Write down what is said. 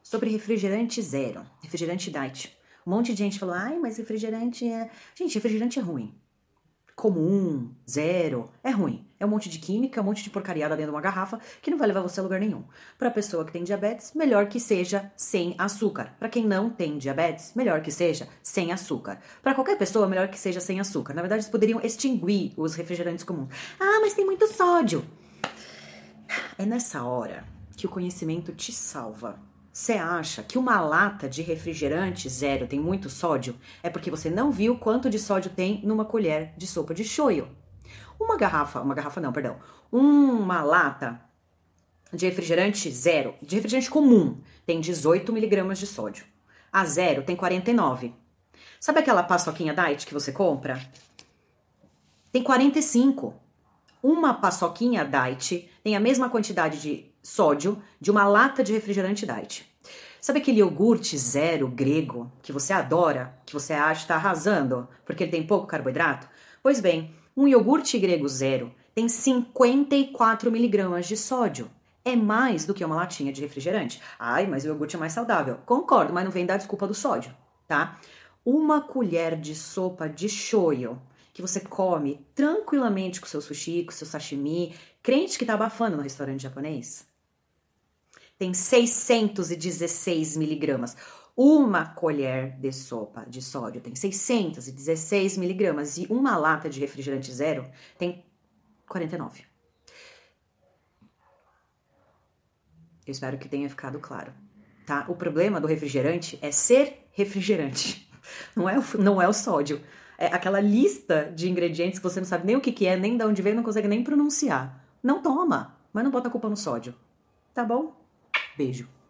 sobre refrigerante zero, refrigerante diet. Um monte de gente falou, ai, mas refrigerante é... Gente, refrigerante é ruim. Comum, zero, é ruim. É um monte de química, um monte de porcariada dentro de uma garrafa que não vai levar você a lugar nenhum. Para a pessoa que tem diabetes, melhor que seja sem açúcar. Para quem não tem diabetes, melhor que seja sem açúcar. Para qualquer pessoa, melhor que seja sem açúcar. Na verdade, eles poderiam extinguir os refrigerantes comuns. Ah, mas tem muito sódio. É nessa hora que o conhecimento te salva. Você acha que uma lata de refrigerante zero tem muito sódio? É porque você não viu quanto de sódio tem numa colher de sopa de shoyu. Uma lata de refrigerante zero, de refrigerante comum, tem 18 miligramas de sódio. A zero tem 49. Sabe aquela paçoquinha diet que você compra? Tem 45. Uma paçoquinha diet tem a mesma quantidade de sódio de uma lata de refrigerante diet. Sabe aquele iogurte zero grego que você adora, que você acha que está arrasando porque ele tem pouco carboidrato? Pois bem, um iogurte grego zero tem 54 miligramas de sódio. É mais do que uma latinha de refrigerante. Ai, mas o iogurte é mais saudável. Concordo, mas não vem dar desculpa do sódio, tá? Uma colher de sopa de shoyu que você come tranquilamente com seu sushi, com seu sashimi, crente que tá abafando no restaurante japonês, tem 616 miligramas. Uma colher de sopa de sódio tem 616 miligramas e uma lata de refrigerante zero tem 49. Eu espero que tenha ficado claro, tá? O problema do refrigerante é ser refrigerante, não é o sódio. É aquela lista de ingredientes que você não sabe nem o que é, nem de onde veio, não consegue nem pronunciar. Não toma, mas não bota a culpa no sódio. Tá bom? Beijo.